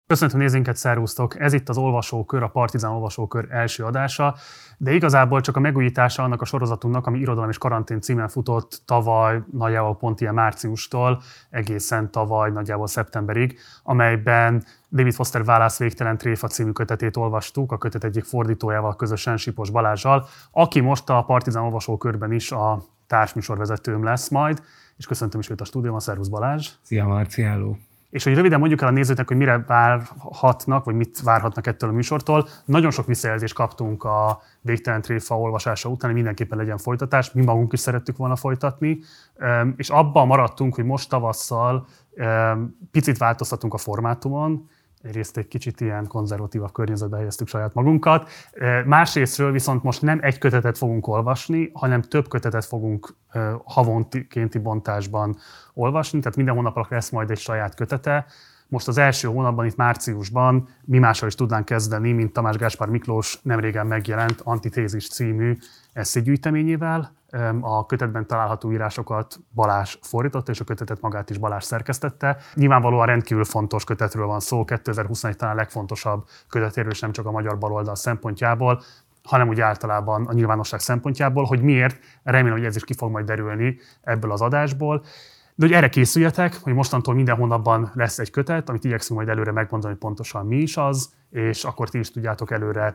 Köszöntöm nézőinket, szervusztok! Ez itt az Olvasókör, a Partizán Olvasókör első adása, de igazából csak a megújítása annak a sorozatunknak, ami Irodalom és karantén címen futott tavaly nagyjából pont ilyen márciustól egészen tavaly nagyjából szeptemberig, amelyben David Foster Wallace Végtelen tréfa című kötetét olvastuk, a kötet egyik fordítójával közösen, Sipos Balázssal, aki most a Partizán Olvasókörben is a társműsorvezetőm lesz majd, és köszöntöm is őt a stúdióban. Szervusz Balázs! Szia Marci, hello! És hogy röviden mondjuk el a nézőknek, hogy mire várhatnak, vagy mit várhatnak ettől a műsortól. Nagyon sok visszajelzést kaptunk a Végtelen tréfa olvasása után, hogy mindenképpen legyen folytatás. Mi magunk is szerettük volna folytatni. És abban maradtunk, hogy most tavasszal picit változtatunk a formátumon. Egyrészt egy kicsit ilyen konzervatívabb környezetbe helyeztük saját magunkat. Másrésztről viszont most nem egy kötetet fogunk olvasni, hanem több kötetet fogunk havonkénti bontásban olvasni, tehát minden hónapnak lesz majd egy saját kötete. Most az első hónapban, itt márciusban mi mással is tudnánk kezdeni, mint Tamás Gáspár Miklós nemrégen megjelent Antitézis című esszégyűjteményével. A kötetben található írásokat Balázs fordította, és a kötetet magát is Balázs szerkesztette. Nyilvánvalóan rendkívül fontos kötetről van szó, 2021 talán a legfontosabb kötetéről, és nem csak a magyar baloldal szempontjából, hanem úgy általában a nyilvánosság szempontjából, hogy miért, remélem, hogy ez is ki fog majd derülni ebből az adásból. De hogy erre készüljetek, hogy mostantól minden hónapban lesz egy kötet, amit igyekszünk majd előre megmondani, hogy pontosan mi is az, és akkor ti is tudtok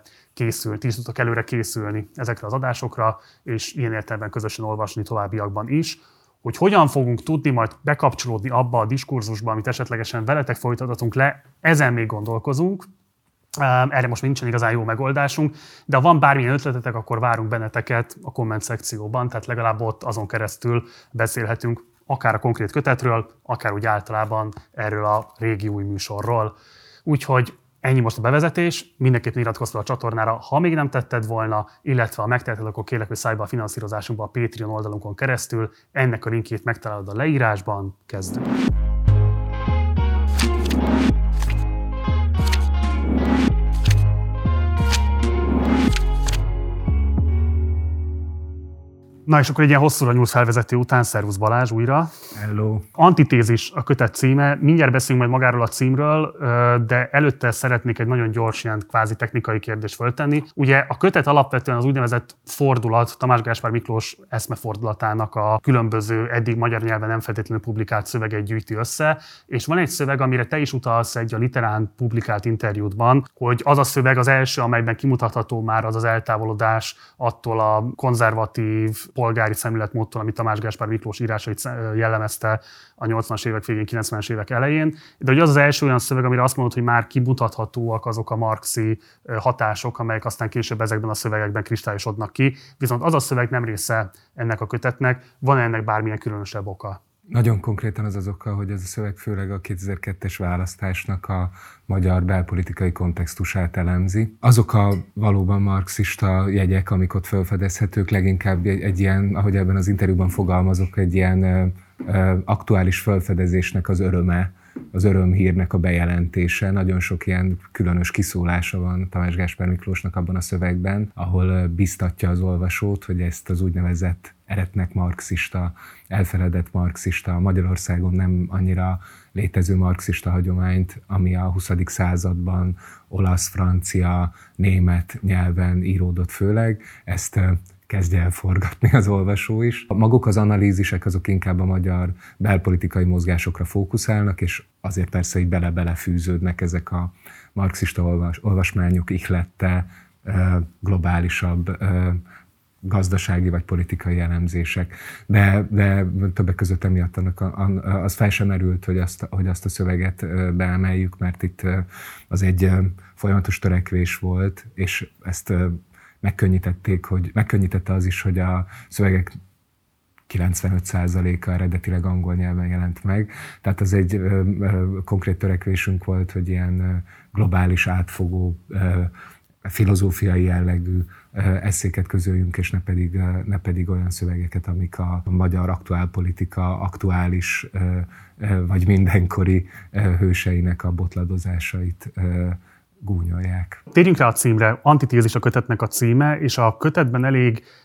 előre készülni ezekre az adásokra, és ilyen értelemben közösen olvasni továbbiakban is. Hogy hogyan fogunk tudni majd bekapcsolódni abba a diskurzusba, amit esetlegesen veletek folytathatunk le, ezen még gondolkozunk. Erre most nincsen igazán jó megoldásunk, de ha van bármilyen ötletetek, akkor várunk benneteket a komment szekcióban, tehát legalább ott azon keresztül beszélhetünk akár a konkrét kötetről, akár úgy általában erről a régi új műsorról. Úgyhogy ennyi most a bevezetés, mindenképpen iratkozz a csatornára, ha még nem tetted volna, illetve ha megteheted, akkor kérlek, hogy szállj be a finanszírozásunkba a Patreon oldalunkon keresztül. Ennek a linkjét megtalálod a leírásban. Kezdünk! Na és akkor egy ilyen hosszúra nyúlsz felvezető után, szervusz Balázs újra. Hello. Antitézis a kötet címe, mindjárt beszélünk majd magáról a címről, de előtte szeretnék egy nagyon gyors ilyen kvázi technikai kérdést föltenni. Ugye a kötet alapvetően az úgynevezett fordulat, Tamás Gáspár Miklós eszmefordulatának a különböző eddig magyar nyelven nem feltétlenül publikált szövegeit gyűjti össze, és van egy szöveg, amire te is utalsz egy a Literán publikált interjútban, hogy az a szöveg az első, amelyben kimutatható már az eltávolodás attól a konzervatív polgári szemléletmódtól, amit Tamás Gáspár Miklós írásait jellemezte a 80-as évek végén, 90-es évek elején. De hogy az az első olyan szöveg, amire azt mondod, hogy már kimutathatóak azok a marxi hatások, amelyek aztán később ezekben a szövegekben kristályosodnak ki. Viszont az a szöveg nem része ennek a kötetnek. Van ennek bármilyen különösebb oka? Nagyon konkrétan az oka, hogy ez a szöveg főleg a 2002-es választásnak a magyar belpolitikai kontextusát elemzi. Azok a valóban marxista jegyek, amik ott felfedezhetők, leginkább egy ilyen, ahogy ebben az interjúban fogalmazok, egy ilyen aktuális felfedezésnek az öröme, az örömhírnek a bejelentése. Nagyon sok ilyen különös kiszólása van Tamás Gáspár Miklósnak abban a szövegben, ahol biztatja az olvasót, hogy ezt az úgynevezett eretnek marxista, elfeledett marxista, Magyarországon nem annyira létező marxista hagyományt, ami a 20. században olasz, francia, német nyelven íródott főleg, ezt kezdje el forgatni az olvasó is. Maguk az analízisek azok inkább a magyar belpolitikai mozgásokra fókuszálnak, és azért persze így bele-belefűződnek ezek a marxista olvasmányok ihlette, globálisabb gazdasági vagy politikai elemzések. De többek között emiatt az fel sem merült, hogy azt a szöveget beemeljük, mert itt az egy folyamatos törekvés volt, és ezt megkönnyítette az is, hogy a szövegek 95%-a eredetileg angol nyelven jelent meg. Tehát az egy konkrét törekvésünk volt, hogy ilyen globális, átfogó, filozófiai jellegű esszéket közöljünk, és ne pedig olyan szövegeket, amik a magyar aktuálpolitika aktuális vagy mindenkori hőseinek a botladozásait gúnyolják. Térjünk rá a címre. Antitézis a kötetnek a címe, és a kötetben elég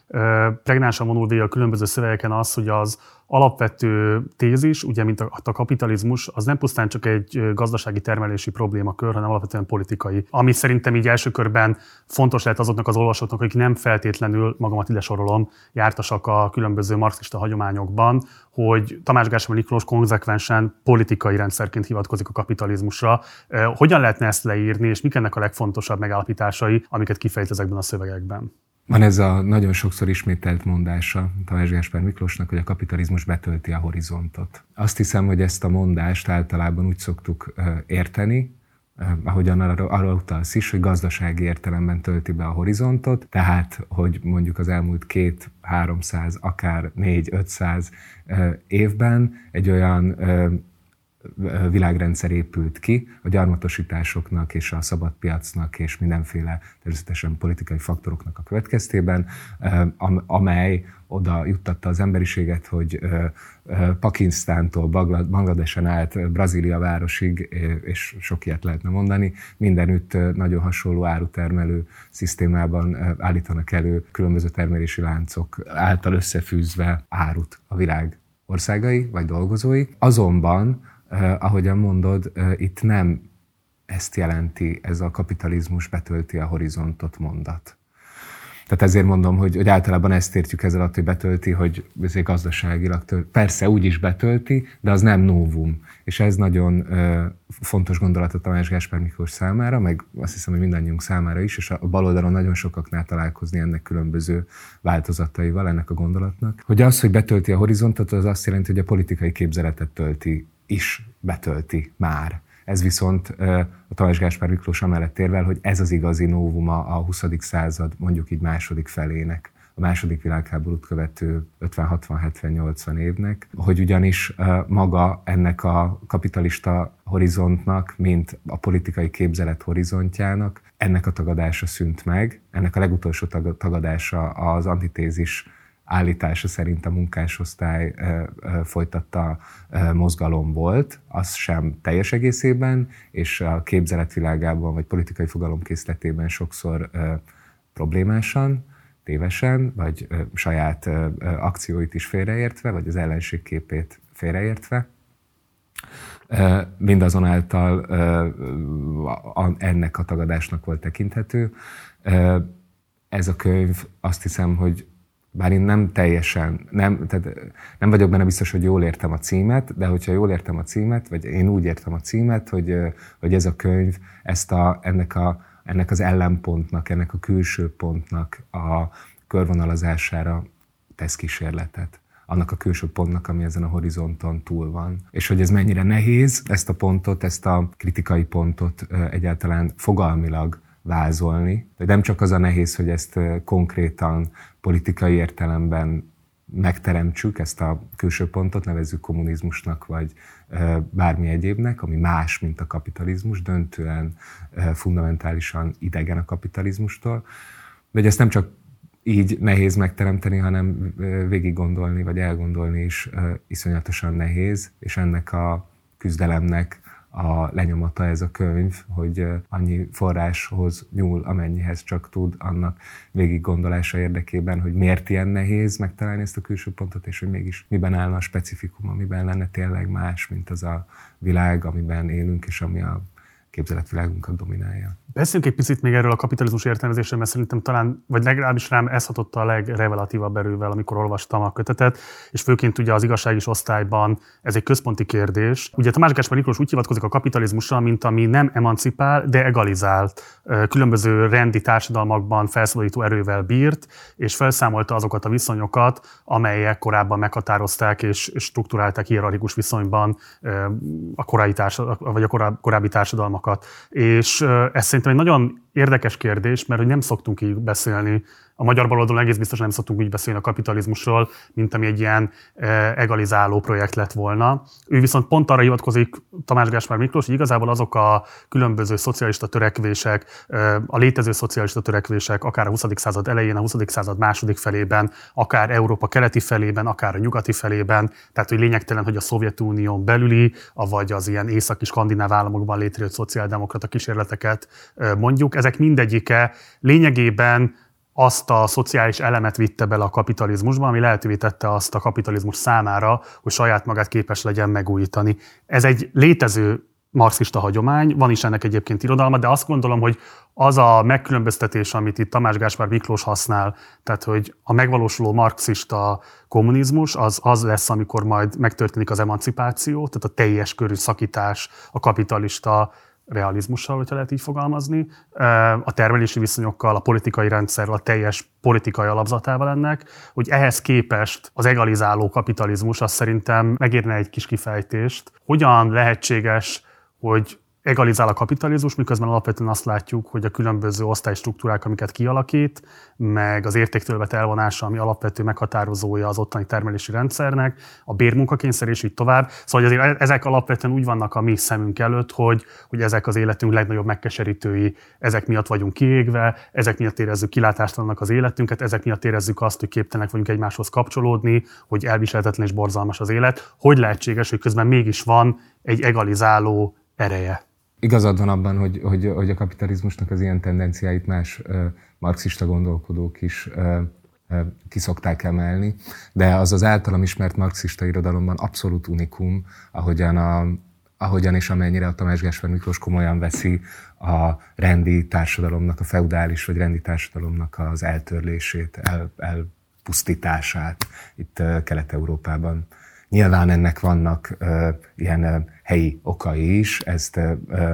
pregnánsan vonul végig a különböző szövegeken az, hogy az alapvető tézis, ugye, mint a kapitalizmus, az nem pusztán csak egy gazdasági termelési problémakör, hanem alapvetően politikai. Ami szerintem így első körben fontos lehet azoknak az olvasóknak, akik nem feltétlenül, magamat ide sorolom, jártasak a különböző marxista hagyományokban, hogy Tamás Gáspár Miklós konzekvensen politikai rendszerként hivatkozik a kapitalizmusra. Hogyan lehetne ezt leírni, és mik ennek a legfontosabb megállapításai, amiket kifejt ezekben a szövegekben? Van ez a nagyon sokszor ismételt mondása Tamás Gáspár Miklósnak, hogy a kapitalizmus betölti a horizontot. Azt hiszem, hogy ezt a mondást általában úgy szoktuk érteni, ahogyan arra utalsz is, hogy gazdasági értelemben tölti be a horizontot, tehát, hogy mondjuk az elmúlt 200-300, akár 400-500 évben egy olyan világrendszer épült ki a gyarmatosításoknak és a szabadpiacnak és mindenféle természetesen politikai faktoroknak a következtében, amely oda juttatta az emberiséget, hogy Pakisztántól Bangladesen át Brazília városig, és sok ilyet lehetne mondani, mindenütt nagyon hasonló árutermelő szisztémában állítanak elő különböző termelési láncok által összefűzve árut a világ országai vagy dolgozói. Azonban ahogyan mondod, itt nem ezt jelenti ez a kapitalizmus betölti a horizontot mondat. Tehát ezért mondom, hogy általában ezt értjük ezzel alatt, hogy betölti, hogy ezért gazdaságilag persze úgy is betölti, de az nem novum. És ez nagyon fontos gondolat a Tamás Gáspár Miklós számára, meg azt hiszem, hogy mindannyiunk számára is, és a baloldalon nagyon sokaknál találkozni ennek különböző változataival, ennek a gondolatnak. Hogy az, hogy betölti a horizontot, az azt jelenti, hogy a politikai képzeletet betölti már. Ez viszont a Tamás Gáspár Miklós amellett érvel, hogy ez az igazi novuma a 20. század, mondjuk így második felének, a második világháborút követő 50-60-70-80 évnek, hogy ugyanis maga ennek a kapitalista horizontnak, mint a politikai képzelet horizontjának, ennek a tagadása szűnt meg, ennek a legutolsó tagadása az antitézis állítása szerint a munkásosztály folytatta mozgalom volt, az sem teljes egészében, és a képzeletvilágában vagy politikai fogalomkészletében sokszor problémásan, tévesen, vagy saját akcióit is félreértve, vagy az ellenség képét félreértve. Mindazonáltal ennek a tagadásnak volt tekinthető. Ez a könyv, azt hiszem, hogy bár én nem vagyok benne biztos, hogy jól értem a címet, de hogyha jól értem a címet, vagy én úgy értem a címet, hogy ez a könyv ennek az ellenpontnak, ennek a külső pontnak a körvonalazására tesz kísérletet. Annak a külső pontnak, ami ezen a horizonton túl van. És hogy ez mennyire nehéz ezt a pontot, ezt a kritikai pontot egyáltalán fogalmilag vázolni. De nem csak az a nehéz, hogy ezt konkrétan politikai értelemben megteremtsük, ezt a külső pontot, nevezzük kommunizmusnak, vagy bármi egyébnek, ami más, mint a kapitalizmus, döntően fundamentálisan idegen a kapitalizmustól. De hogy ezt nem csak így nehéz megteremteni, hanem végig gondolni, vagy elgondolni is iszonyatosan nehéz, és ennek a küzdelemnek a lenyomata ez a könyv, hogy annyi forráshoz nyúl, amennyihez csak tud, annak végig gondolása érdekében, hogy miért ilyen nehéz megtalálni ezt a külső pontot, és hogy mégis miben állna a specifikum, amiben lenne tényleg más, mint az a világ, amiben élünk, és ami a képzeletvilágunkat dominálja. Beszéljünk egy picit még erről a kapitalizmus értelmezésről, mert szerintem talán, vagy legalábbis rám ez hatotta a legrevelatívabb erővel, amikor olvastam a kötetet, és főként ugye az igazságis osztályban ez egy központi kérdés. Ugye Tamás Gáspár Miklós úgy hivatkozik a kapitalizmusra, mint ami nem emancipál, de egalizál. Különböző rendi társadalmakban felszabadító erővel bírt, és felszámolta azokat a viszonyokat, amelyek korábban meghatározták és strukturálták hierarchikus viszonyban a korábbi társadalmakat. És ez szerintem egy nagyon érdekes kérdés, mert hogy nem szoktunk így beszélni, a magyar baloldalon egész biztosan nem szoktunk úgy beszélni a kapitalizmusról, mint ami egy ilyen egalizáló projekt lett volna. Ő viszont pont arra hivatkozik, Tamás Gáspár Miklós, hogy igazából azok a különböző szocialista törekvések, a létező szocialista törekvések, akár a 20. század elején, a 20. század második felében, akár Európa keleti felében, akár a nyugati felében, tehát hogy lényegtelen, hogy a Szovjetunión belüli, vagy az ilyen északi skandináv államokban létrejött szociáldemokrata kísérleteket mondjuk, ezek mindegyike lényegében azt a szociális elemet vitte bele a kapitalizmusba, ami lehetővé tette azt a kapitalizmus számára, hogy saját magát képes legyen megújítani. Ez egy létező marxista hagyomány, van is ennek egyébként irodalma, de azt gondolom, hogy az a megkülönböztetés, amit itt Tamás Gáspár Miklós használ, tehát hogy a megvalósuló marxista kommunizmus az lesz, amikor majd megtörténik az emancipáció, tehát a teljes körű szakítás a kapitalista realizmussal, hogyha lehet így fogalmazni, a termelési viszonyokkal, a politikai rendszerrel, a teljes politikai alapzatával ennek, hogy ehhez képest az egalizáló kapitalizmus, azt szerintem megérne egy kis kifejtést. Hogyan lehetséges, hogy egalizál a kapitalizmus, miközben alapvetően azt látjuk, hogy a különböző osztálystruktúrák, amiket kialakít, meg az értéktől elvonása, ami alapvető meghatározója az ottani termelési rendszernek, a bérmunkakényszer és így tovább. Szóval azért ezek alapvetően úgy vannak a mi szemünk előtt, hogy ezek az életünk legnagyobb megkeserítői, ezek miatt vagyunk kiégve, ezek miatt érezzük kilátástalannak az életünket, ezek miatt érezzük azt, hogy képtelenek vagyunk egymáshoz kapcsolódni, hogy elviselhetetlen és borzalmas az élet. Hogy lehetséges, hogy közben mégis van egy egalizáló ereje? Igazad van abban, hogy a kapitalizmusnak az ilyen tendenciáit más marxista gondolkodók is kiszokták emelni, de az általam ismert marxista irodalomban abszolút unikum, ahogyan és amennyire a Tamás Gáspár Miklós komolyan veszi a rendi társadalomnak, a feudális vagy rendi társadalomnak az eltörlését, elpusztítását itt Kelet-Európában. Nyilván ennek vannak ilyen helyi okai is, ezt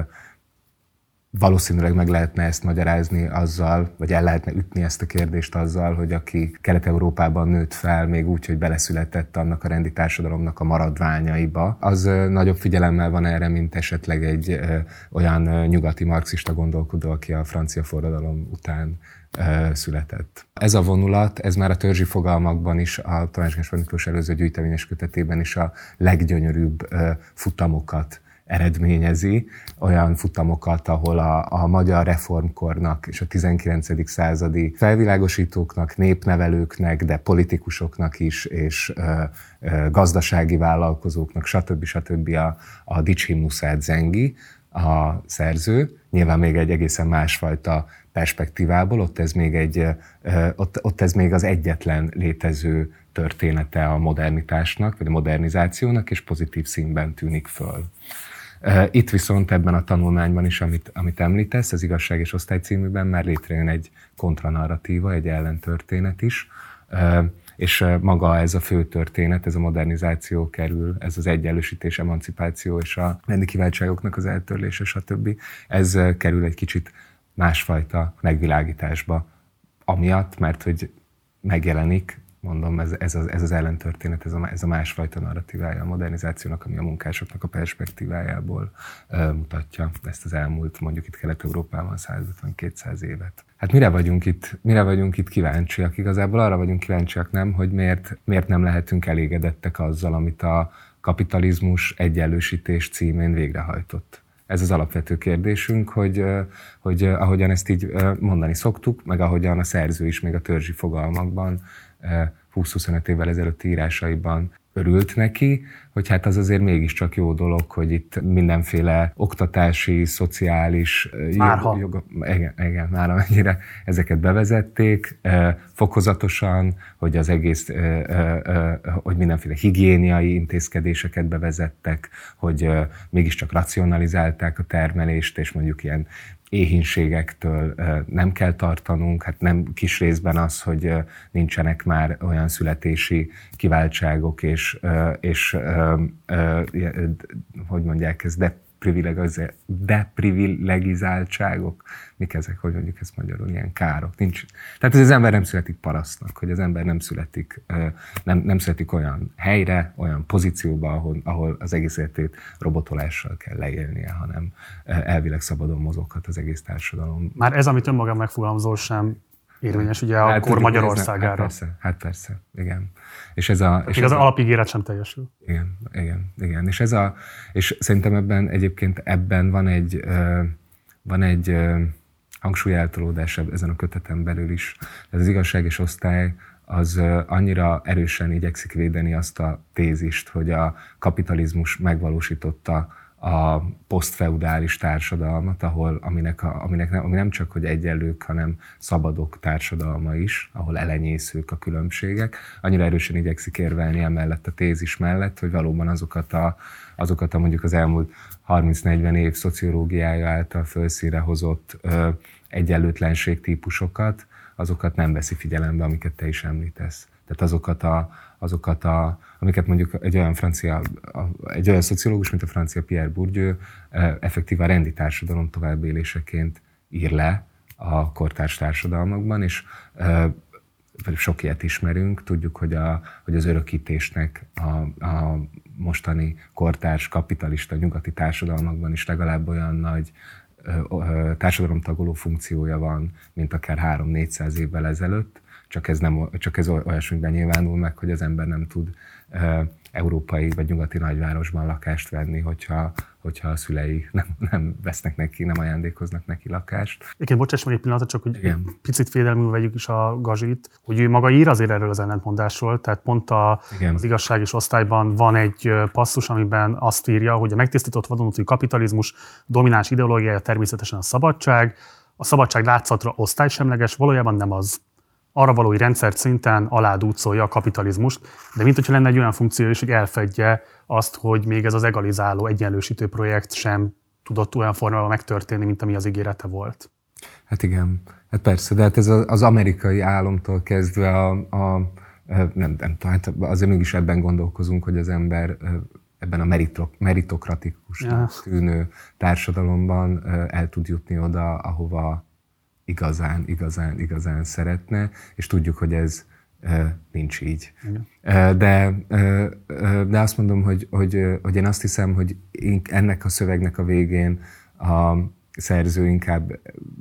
valószínűleg meg lehetne ezt magyarázni azzal, vagy el lehetne ütni ezt a kérdést azzal, hogy aki Kelet-Európában nőtt fel, még úgy, hogy beleszületett annak a rendi társadalomnak a maradványaiba, az nagyobb figyelemmel van erre, mint esetleg egy olyan nyugati marxista gondolkodó, aki a francia forradalom után született. Ez a vonulat, ez már a törzsi fogalmakban is, a Tamás Gáspár Miklós előző gyűjteményes kötetében is a leggyönyörűbb futamokat eredményezi, olyan futamokat, ahol a magyar reformkornak és a 19. századi felvilágosítóknak, népnevelőknek, de politikusoknak is, és gazdasági vállalkozóknak, stb. A dicshimnuszát zengi a szerző. Nyilván még egy egészen másfajta perspektívából, ott ez még az egyetlen létező története a modernitásnak, vagy a modernizációnak, és pozitív színben tűnik föl. Itt viszont ebben a tanulmányban is, amit említesz, az Igazság és Osztály címűben már létrejön egy kontranarratíva, egy ellentörténet is, és maga ez a fő történet, ez a modernizáció kerül, ez az egyenlősítés, emancipáció és a rendi kiváltságoknak az eltörlése, stb. Ez kerül egy kicsit másfajta megvilágításba, amiatt, mert hogy megjelenik, mondom, ez az ellentörténet, ez a másfajta narratívája a modernizációnak, ami a munkásoknak a perspektívájából mutatja ezt az elmúlt, mondjuk itt Kelet-Európában 150-200 évet. Hát mire vagyunk itt kíváncsiak? Igazából arra vagyunk kíváncsiak, nem, hogy miért nem lehetünk elégedettek azzal, amit a kapitalizmus egyenlősítés címén végrehajtott. Ez az alapvető kérdésünk, hogy ahogyan ezt így mondani szoktuk, meg ahogyan a szerző is még a törzsi fogalmakban 20-25 évvel ezelőtti írásaiban örült neki, hogy hát az azért mégiscsak jó dolog, hogy itt mindenféle oktatási, szociális jogok, igen, már amennyire ezeket bevezették, fokozatosan, hogy az egész, hogy mindenféle higiéniai intézkedéseket bevezettek, hogy mégiscsak racionalizálták a termelést, és mondjuk ilyen éhínségektől nem kell tartanunk, hát nem kis részben az, hogy nincsenek már olyan születési kiváltságok, és hogy mondják ezt, deprivilegizáltságok, mik ezek, hogy mondjuk ezt magyarul, ilyen károk. Nincs. Tehát az ember nem születik parasztnak, hogy az ember nem születik olyan helyre, olyan pozícióba, ahol az egész életét robotolással kell leélnie, hanem elvileg szabadon mozoghat az egész társadalom. Már ez, amit önmagán megfogalmazol, sem érvényes ugye akkor Magyarországára. Hát persze, igen. És az alapígéret sem teljesül. Igen. És szerintem ebben van egy hangsúlyeltolódás ezen a köteten belül is. Ez az Igazság és Osztály az annyira erősen igyekszik védeni azt a tézist, hogy a kapitalizmus megvalósította a posztfeudális társadalmat, ami nem csak hogy egyenlők, hanem szabadok társadalma is, ahol elenyészők a különbségek. Annyira erősen igyekszik érvelni emellett a tézis mellett, hogy valóban azokat a mondjuk az elmúlt 30-40 év szociológiája által felszínre hozott egyenlőtlenség típusokat, azokat nem veszi figyelembe, amiket te is említesz. Tehát azokat, amiket mondjuk egy olyan szociológus, mint a francia Pierre Bourdieu effektív a rendi társadalom továbbéléseként ír le a kortárs társadalmakban, és sok ilyet ismerünk, tudjuk, hogy az örökítésnek a mostani kortárs kapitalista nyugati társadalmakban is legalább olyan nagy társadalomtagoló funkciója van, mint akár 300-400 évvel ezelőtt, csak ez olyasmiben nyilvánul meg, hogy az ember nem tud európai vagy nyugati nagyvárosban lakást venni, hogyha a szülei nem vesznek neki, nem ajándékoznak neki lakást. Igen, bocsáss meg egy pillanatot, csak hogy picit védelmül vegyük is a Gazsit, hogy ő maga ír azért erről az ellentmondásról, tehát pont az igazság és osztályban van egy passzus, amiben azt írja, hogy a megtisztított vadonatúj kapitalizmus domináns ideológiája természetesen a szabadság látszatra osztálysemleges, valójában nem az. Arra való, hogy rendszert szinten aládúcolja a kapitalizmust, de mint hogyha lenne egy olyan funkció is, hogy elfedje azt, hogy még ez az egalizáló, egyenlősítő projekt sem tudott olyan formában megtörténni, mint ami az ígérete volt. Hát igen, hát persze, de hát ez az amerikai álomtól kezdve nem tudom, hát azért mégis ebben gondolkozunk, hogy az ember ebben a meritokratikusnak tűnő társadalomban el tud jutni oda, ahova igazán szeretne, és tudjuk, hogy ez nincs így. De azt mondom, hogy én azt hiszem, hogy ennek a szövegnek a végén a szerző inkább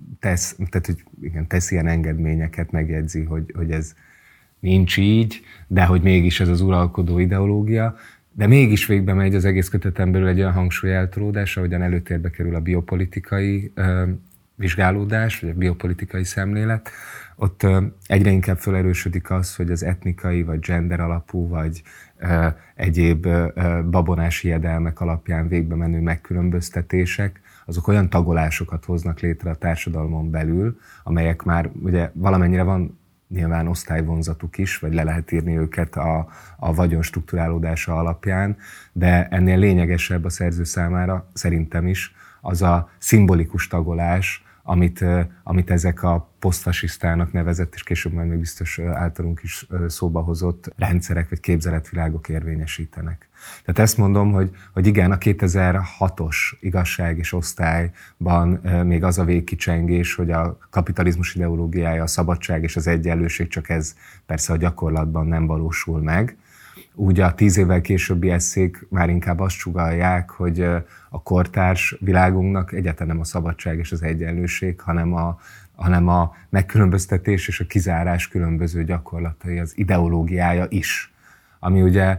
tesz ilyen engedményeket, megjegyzi, hogy ez nincs így, de hogy mégis ez az uralkodó ideológia, de mégis végbe megy az egész köteten belül egy olyan hangsúlyeltolódás, ahogyan előtérbe kerül a biopolitikai vizsgálódás, vagy a biopolitikai szemlélet, ott egyre inkább felerősödik az, hogy az etnikai, vagy gender alapú, vagy egyéb babonás hiedelmek alapján végbe menő megkülönböztetések, azok olyan tagolásokat hoznak létre a társadalmon belül, amelyek már ugye valamennyire van nyilván osztályvonzatuk is, vagy le lehet írni őket a vagyon strukturálódása alapján, de ennél lényegesebb a szerző számára, szerintem is, az a szimbolikus tagolás, amit ezek a posztfasisztának nevezett, és később majd még biztos általunk is szóba hozott rendszerek vagy képzeletvilágok érvényesítenek. Tehát ezt mondom, hogy igen, a 2006-os igazság és osztályban még az a végkicsengés, hogy a kapitalizmus ideológiája, a szabadság és az egyenlőség, csak ez persze a gyakorlatban nem valósul meg. Úgy a 10 évvel későbbi esszék már inkább azt sugallják, hogy a kortárs világunknak egyáltalán nem a szabadság és az egyenlőség, hanem a megkülönböztetés és a kizárás különböző gyakorlatai, az ideológiája is. Ami ugye,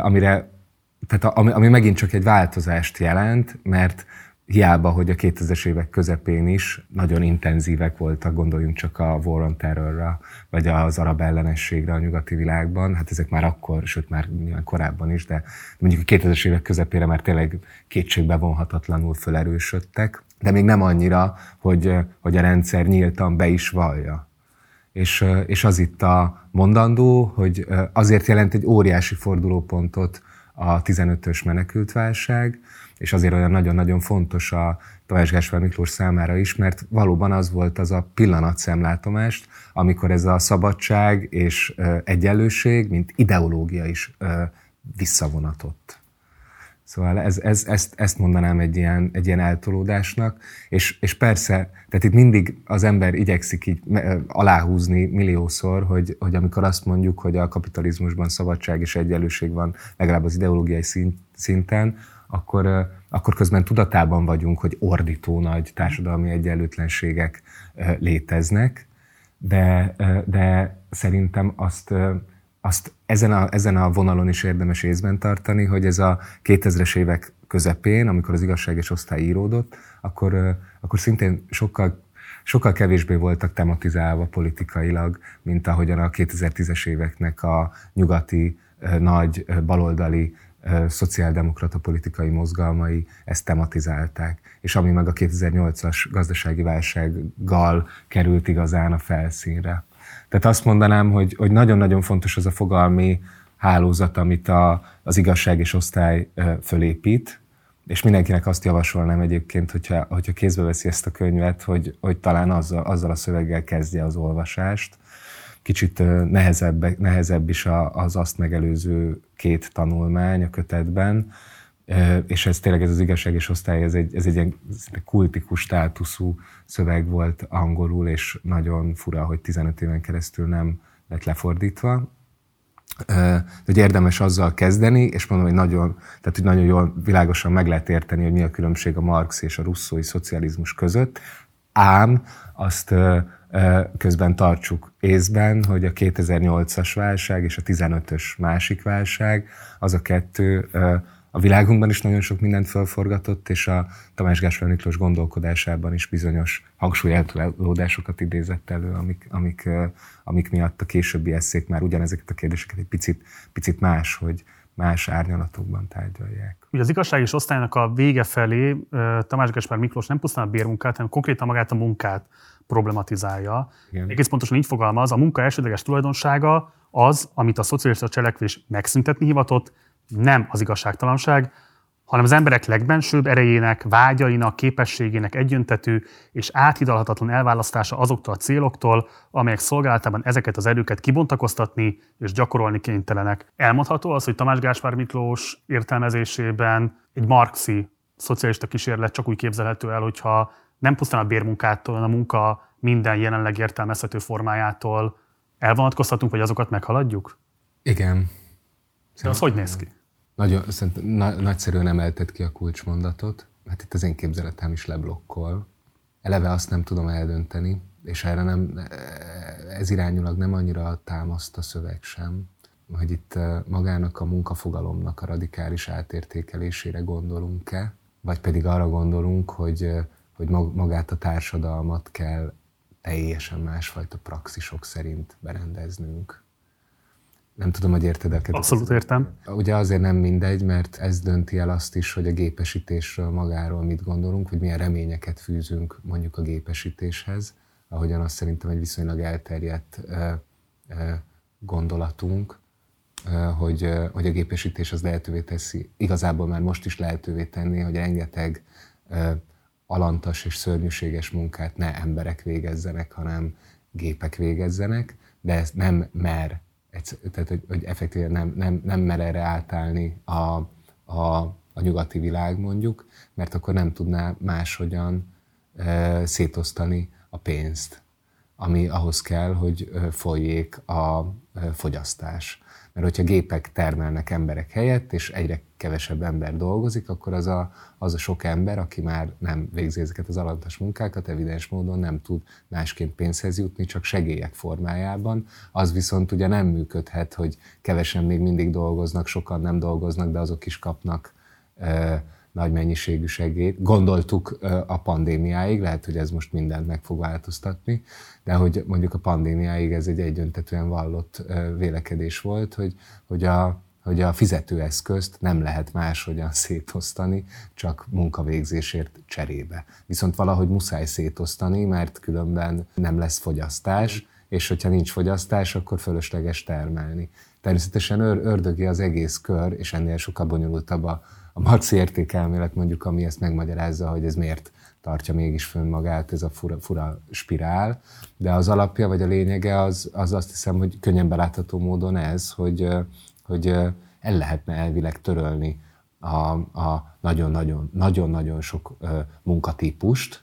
ami megint csak egy változást jelent, mert hiába, hogy a 2000-es évek közepén is nagyon intenzívek voltak, gondoljunk csak a War on Terrorra, vagy az arab ellenességre a nyugati világban, hát ezek már akkor, sőt már nyilván korábban is, de mondjuk a 2000-es évek közepére már tényleg kétségbe vonhatatlanul felerősödtek, de még nem annyira, hogy a rendszer nyíltan be is vallja. És az itt a mondandó, hogy azért jelent egy óriási fordulópontot a 15-ös menekültválság, és azért olyan nagyon-nagyon fontos a Tamás Gáspár Miklós számára is, mert valóban az volt az a pillanatszemlátomást, amikor ez a szabadság és egyenlőség, mint ideológia is visszavonatott. Szóval ezt mondanám egy ilyen eltolódásnak, és persze, tehát itt mindig az ember igyekszik így aláhúzni milliószor, hogy amikor azt mondjuk, hogy a kapitalizmusban szabadság és egyenlőség van legalább az ideológiai szinten, akkor közben tudatában vagyunk, hogy ordító nagy társadalmi egyenlőtlenségek léteznek, de szerintem azt ezen a vonalon is érdemes észben tartani, hogy ez a 2000-es évek közepén, amikor az igazság és osztály íródott, akkor szintén sokkal kevésbé voltak tematizálva politikailag, mint ahogyan a 2010-es éveknek a nyugati nagy baloldali szociáldemokrata politikai mozgalmai ezt tematizálták, és ami meg a 2008-as gazdasági válsággal került igazán a felszínre. Tehát azt mondanám, hogy nagyon-nagyon fontos az a fogalmi hálózat, amit az igazság és osztály fölépít, és mindenkinek azt javasolnám egyébként, hogyha kézbe veszi ezt a könyvet, hogy talán azzal a szöveggel kezdje az olvasást. Kicsit nehezebb is az azt megelőző 2 tanulmány a kötetben, és ez tényleg ez az igazság és osztály, ez egy ilyen kultikus státuszú szöveg volt angolul, és nagyon fura, hogy 15 éven keresztül nem lett lefordítva. Hogy érdemes azzal kezdeni, és mondom, hogy nagyon jól, világosan meg lehet érteni, hogy mi a különbség a Marx és a russzói szocializmus között, ám azt közben tartsuk észben, hogy a 2008-as válság és a 15-ös másik válság, az a 2 a világunkban is nagyon sok mindent felforgatott, és a Tamás Gáspár Miklós gondolkodásában is bizonyos hangsúlyeltolódásokat idézett elő, amik miatt a későbbi eszék már ugyanezeket a kérdéseket egy picit más árnyalatokban tárgyalják. Ugye az igazság és osztálynak a vége felé Tamás Gáspár Miklós nem pusztán a bérmunkát, hanem konkrétan magát a munkát problematizálja. Igen. Egész pontosan így fogalmaz, a munka elsődleges tulajdonsága az, amit a szocialista cselekvés megszüntetni hivatott, nem az igazságtalanság, hanem az emberek legbensőbb erejének, vágyainak, képességének egyöntetű és áthidalhatatlan elválasztása azoktól a céloktól, amelyek szolgálatában ezeket az erőket kibontakoztatni és gyakorolni kénytelenek. Elmondható az, hogy Tamás Gáspár Miklós értelmezésében egy marxi szocialista kísérlet csak úgy képzelhető el, hogyha nem pusztán a bérmunkától, hanem a munka minden jelenleg értelmezhető formájától elvonatkoztatunk, vagy azokat meghaladjuk? Igen. De az hogy néz ki? Nagyszerűen emelted ki a kulcsmondatot. Hát itt az én képzeletem is leblokkol. Eleve azt nem tudom eldönteni, és erre ez irányulag nem annyira támaszt a szöveg sem, hogy itt magának a munkafogalomnak a radikális átértékelésére gondolunk-e, vagy pedig arra gondolunk, hogy magát a társadalmat kell teljesen másfajta praxisok szerint berendeznünk. Nem tudom, hogy érted el. Abszolút értem. Ugye azért nem mindegy, mert ez dönti el azt is, hogy a gépesítésről magáról mit gondolunk, hogy milyen reményeket fűzünk mondjuk a gépesítéshez, ahogyan azt szerintem egy viszonylag elterjedt gondolatunk, hogy a gépesítés az lehetővé teszi, igazából már most is lehetővé tenni, hogy rengeteg alantas és szörnyűséges munkát ne emberek végezzenek, hanem gépek végezzenek, de ez nem mer. Tehát, hogy effektíven nem mer erre átállni a nyugati világ mondjuk, mert akkor nem tudná máshogyan szétosztani a pénzt, ami ahhoz kell, hogy folyjék a fogyasztás. Mert hogyha gépek termelnek emberek helyett, és egyre kevesebb ember dolgozik, akkor az a sok ember, aki már nem végzi ezeket az alantas munkákat, evidens módon nem tud másként pénzhez jutni, csak segélyek formájában. Az viszont ugye nem működhet, hogy kevesen még mindig dolgoznak, sokan nem dolgoznak, de azok is kapnak nagy mennyiségű segélyt. Gondoltuk a pandémiáig, lehet, hogy ez most mindent meg fog változtatni, de hogy mondjuk a pandémiáig ez egy egyöntetően vallott vélekedés volt, hogy a fizetőeszközt nem lehet máshogyan szétosztani, csak munkavégzésért cserébe. Viszont valahogy muszáj szétosztani, mert különben nem lesz fogyasztás, és hogyha nincs fogyasztás, akkor fölösleges termelni. Természetesen ördögi az egész kör, és ennél sokkal bonyolultabb a marxi értékelmélet mondjuk, ami ezt megmagyarázza, hogy ez miért tartja mégis fönn magát, ez a fura spirál. De az alapja, vagy a lényege az azt hiszem, hogy könnyen belátható módon ez, hogy el lehetne elvileg törölni a nagyon-nagyon sok munkatípust,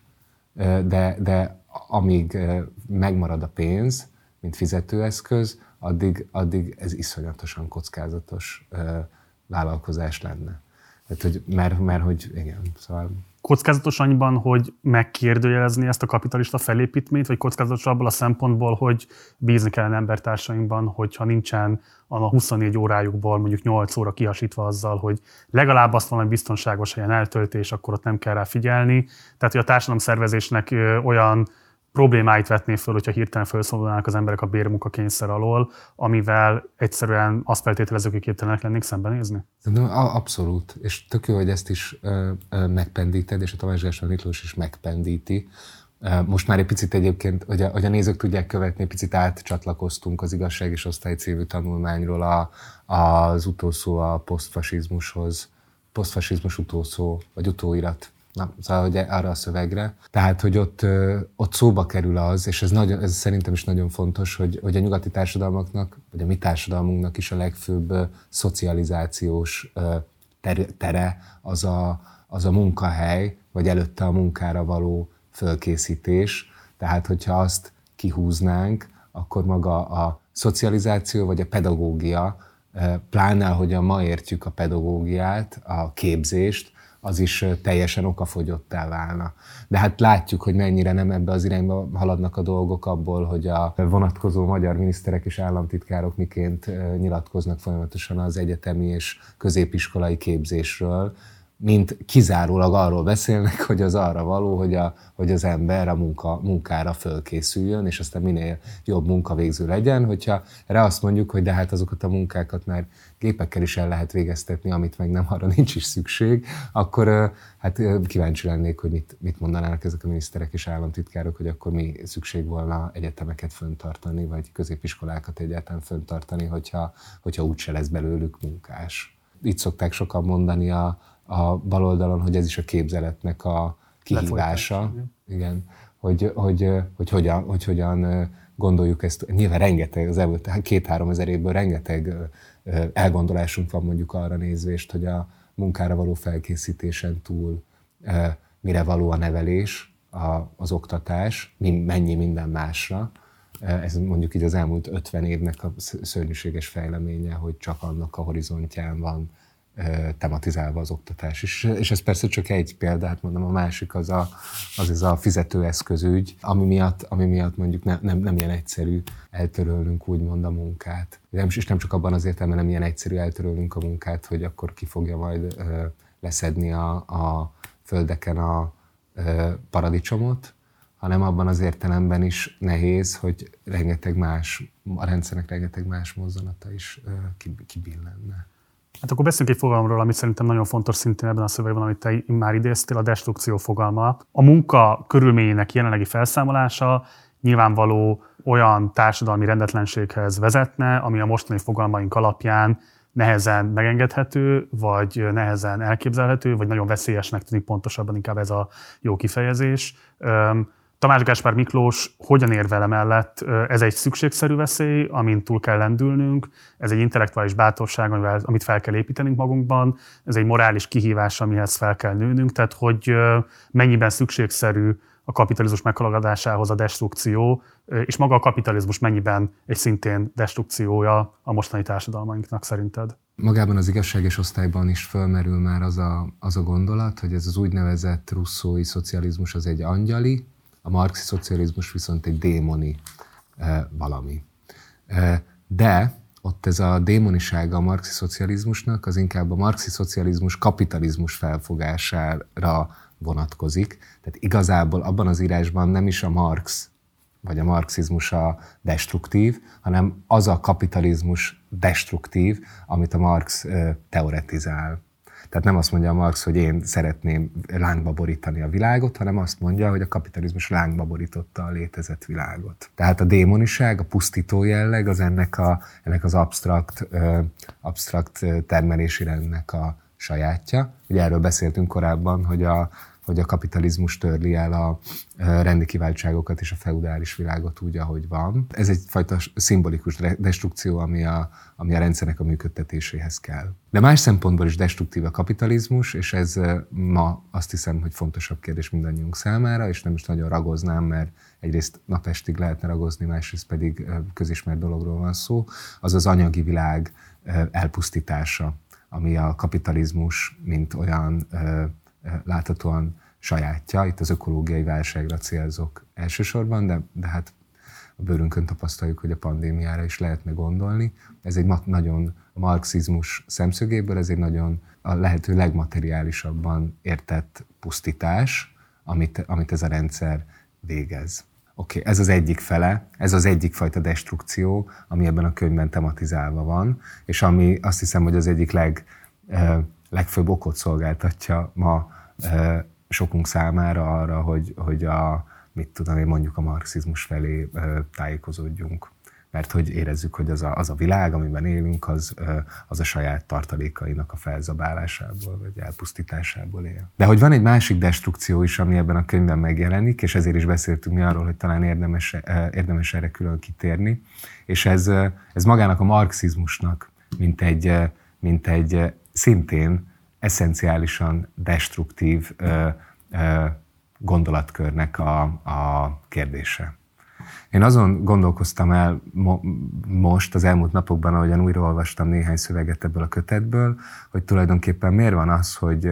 de amíg megmarad a pénz, mint fizetőeszköz, addig ez iszonyatosan kockázatos vállalkozás lenne. Tehát, hogy, mert hogy igen, szóval... Kockázatos annyiban, hogy megkérdőjelezni ezt a kapitalista felépítményt, vagy kockázatos abból a szempontból, hogy bízni kellene embertársainkban, hogyha nincsen a 24 órájukból mondjuk 8 óra kihasítva azzal, hogy legalább azt valami biztonságos helyen eltöltés, akkor ott nem kell rá figyelni. Tehát, hogy a társadalomszervezésnek olyan problémáit vetné föl, hogyha hirtelen felszabadulnának az emberek a bérmunkakényszer alól, amivel egyszerűen azt feltételezzük, hogy képtelenek lennénk szembenézni? Abszolút. És tök jó, hogy ezt is megpendíted, és a Tamás Gáspár Miklós is megpendíti. Most már egy picit egyébként, hogy a nézők tudják követni, egy picit átcsatlakoztunk az Igazság és Osztály című tanulmányról az utószó a posztfasizmushoz, posztfasizmus utószó, vagy utóirat. Na, szóval hogy arra a szövegre. Tehát, hogy ott szóba kerül az, és ez szerintem is nagyon fontos, hogy a nyugati társadalmaknak, vagy a mi társadalmunknak is a legfőbb szocializációs tere az a munkahely, vagy előtte a munkára való fölkészítés. Tehát, hogyha azt kihúznánk, akkor maga a szocializáció, vagy a pedagógia, pláne, hogyan ma értjük a pedagógiát, a képzést, az is teljesen okafogyottá válna. De hát látjuk, hogy mennyire nem ebbe az irányba haladnak a dolgok abból, hogy a vonatkozó magyar miniszterek és államtitkárok miként nyilatkoznak folyamatosan az egyetemi és középiskolai képzésről, mint kizárólag arról beszélnek, hogy az arra való, hogy az ember a munkára fölkészüljön, és aztán minél jobb munkavégző legyen. Hogyha erre azt mondjuk, hogy de hát azokat a munkákat már gépekkel is el lehet végeztetni, amit meg nem, arra nincs is szükség, akkor hát kíváncsi lennék, hogy mit mondanának ezek a miniszterek és államtitkárok, hogy akkor mi szükség volna egyetemeket fenntartani, vagy középiskolákat egyáltalán fenntartani, hogyha úgyse lesz belőlük munkás. Így szokták sokan mondani a baloldalon, hogy ez is a képzeletnek a kihívása. Igen. Hogy hogyan gondoljuk ezt. Nyilván rengeteg, az elmúlt 2-3 ezer évből rengeteg elgondolásunk van mondjuk arra nézvést, hogy a munkára való felkészítésen túl mire való a nevelés, az oktatás, mennyi minden másra. Ez mondjuk így az elmúlt 50 évnek a szörnyűséges fejleménye, hogy csak annak a horizontján van tematizálva az oktatás is. És ez persze csak egy példa, hát mondom, a másik az a fizetőeszközügy, ami miatt mondjuk nem ilyen egyszerű eltörölnünk úgymond a munkát. És nem csak abban az értelemben nem ilyen egyszerű eltörölnünk a munkát, hogy akkor ki fogja majd leszedni a földeken a paradicsomot, hanem abban az értelemben is nehéz, hogy a rendszernek rengeteg más mozzanata is kibillenne. Hát akkor beszéljünk egy fogalomról, amit szerintem nagyon fontos szintén ebben a szövegben, amit te már idéztél, a destrukció fogalma. A munka körülményének jelenlegi felszámolása nyilvánvaló olyan társadalmi rendetlenséghez vezetne, ami a mostani fogalmaink alapján nehezen megengedhető, vagy nehezen elképzelhető, vagy nagyon veszélyesnek tűnik, pontosabban inkább ez a jó kifejezés. Tamás Gáspár Miklós hogyan érvel emellett? Ez egy szükségszerű veszély, amin túl kell lendülnünk, ez egy intellektuális bátorság, amit fel kell építenünk magunkban, ez egy morális kihívás, amihez fel kell nőnünk, tehát hogy mennyiben szükségszerű a kapitalizmus meghaladásához a destrukció, és maga a kapitalizmus mennyiben egy szintén destrukciója a mostani társadalmainknak szerinted? Magában az Igazság és Osztályban is fölmerül már az a gondolat, hogy ez az úgynevezett russzói szocializmus az egy angyali, a marxi szocializmus viszont egy démoni valami. De ott ez a démonisága a marxi szocializmusnak az inkább a marxi szocializmus kapitalizmus felfogására vonatkozik. Tehát igazából abban az írásban nem is a Marx vagy a marxizmus a destruktív, hanem az a kapitalizmus destruktív, amit a Marx teoretizál. Tehát nem azt mondja a Marx, hogy én szeretném lángba borítani a világot, hanem azt mondja, hogy a kapitalizmus lángba borította a létezett világot. Tehát a démoniság, a pusztító jelleg az ennek az absztrakt termelési rendnek a sajátja. Ugye erről beszéltünk korábban, hogy a kapitalizmus törli el a rendi kiváltságokat és a feudális világot úgy, ahogy van. Ez egyfajta szimbolikus destrukció, ami a rendszernek a működtetéséhez kell. De más szempontból is destruktív a kapitalizmus, és ez ma azt hiszem, hogy fontosabb kérdés mindannyiunk számára, és nem is nagyon ragoznám, mert egyrészt napestig lehetne ragozni, másrészt pedig közismert dologról van szó, az az anyagi világ elpusztítása, ami a kapitalizmus, mint olyan láthatóan sajátja. Itt az ökológiai válságra célzok elsősorban, de hát a bőrünkön tapasztaljuk, hogy a pandémiára is lehetne gondolni. Ez egy nagyon a marxizmus szemszögéből, ez egy nagyon a lehető legmateriálisabban értett pusztítás, amit ez a rendszer végez. Oké, ez az egyik fele, ez az egyik fajta destrukció, ami ebben a könyvben tematizálva van, és ami azt hiszem, hogy az egyik legfőbb okot szolgáltatja ma sokunk számára arra, hogy mondjuk a marxizmus felé tájékozódjunk. Mert hogy érezzük, hogy az a világ, amiben élünk, az a saját tartalékainak a felzabálásából, vagy elpusztításából él. De hogy van egy másik destrukció is, ami ebben a könyvben megjelenik, és ezért is beszéltünk mi arról, hogy talán érdemes erre külön kitérni, és ez magának a marxizmusnak, mint egy szintén eszenciálisan destruktív gondolatkörnek a kérdése. Én azon gondolkoztam el most, az elmúlt napokban, ahogyan újraolvastam néhány szöveget ebből a kötetből, hogy tulajdonképpen miért van az, hogy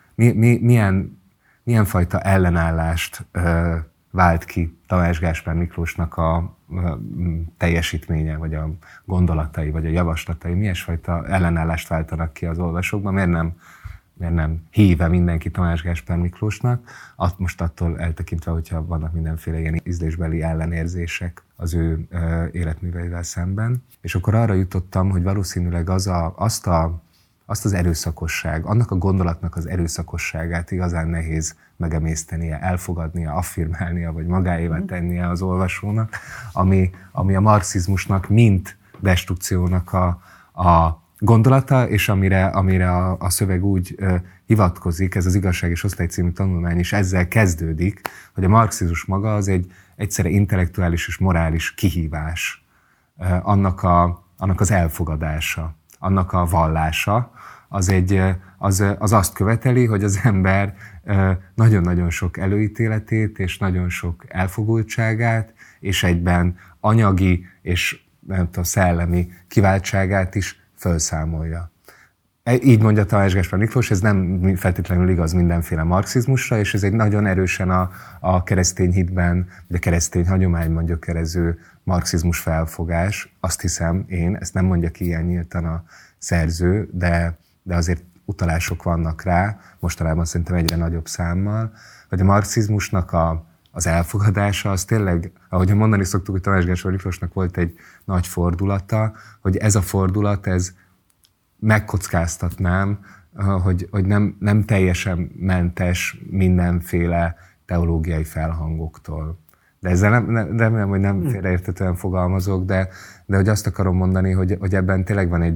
milyen fajta ellenállást vált ki Tamás Gáspár Miklósnak a teljesítménye, vagy a gondolatai, vagy a javaslatai, milyen fajta ellenállást váltanak ki az olvasókban, miért nem híve mindenki Tamás Gáspár Miklósnak, most attól eltekintve, hogyha vannak mindenféle ilyen ízlésbeli ellenérzések az ő életműveivel szemben. És akkor arra jutottam, hogy valószínűleg azt az erőszakosság, annak a gondolatnak az erőszakosságát igazán nehéz megemésztenie, elfogadnia, affirmálnia, vagy magáévá tennie az olvasónak, ami a marxizmusnak mint destrukciónak a gondolata, és amire a szöveg úgy hivatkozik, ez az Igazság és Osztály című tanulmány is ezzel kezdődik, hogy a marxizmus maga az egy egyszerre intellektuális és morális kihívás, annak az elfogadása, annak a vallása, az azt követeli, hogy az ember nagyon-nagyon sok előítéletét és nagyon sok elfogultságát, és egyben anyagi és szellemi kiváltságát is felszámolja. Így mondja Tamás Gáspár Miklós, ez nem feltétlenül igaz mindenféle marxizmusra, és ez egy nagyon erősen a keresztény hitben, vagy a keresztény hagyományban gyökerező marxizmus felfogás. Azt hiszem én, ezt nem mondja ki ilyen nyíltan a szerző, de azért utalások vannak rá, mostanában szerintem egyre nagyobb számmal, hogy a marxizmusnak az elfogadása, az tényleg, ahogy mondani szoktuk, hogy Tamás Gáspár Miklósnak volt egy nagy fordulata, hogy ez a fordulat, ez megkockáztatnám, hogy nem teljesen mentes mindenféle teológiai felhangoktól. De ezzel remélem, hogy nem félreérthetően fogalmazok, de hogy azt akarom mondani, hogy ebben tényleg van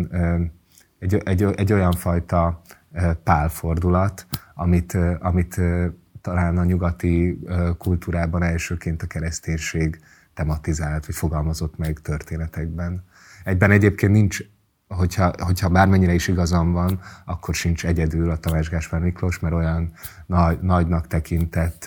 egy olyan fajta pálfordulat, amit talán a nyugati kultúrában elsőként a kereszténység tematizált, vagy fogalmazott meg történetekben. Egyben egyébként nincs, hogyha bármennyire is igazam van, akkor sincs egyedül a Tamás Gáspár Miklós, mert olyan nagynak tekintett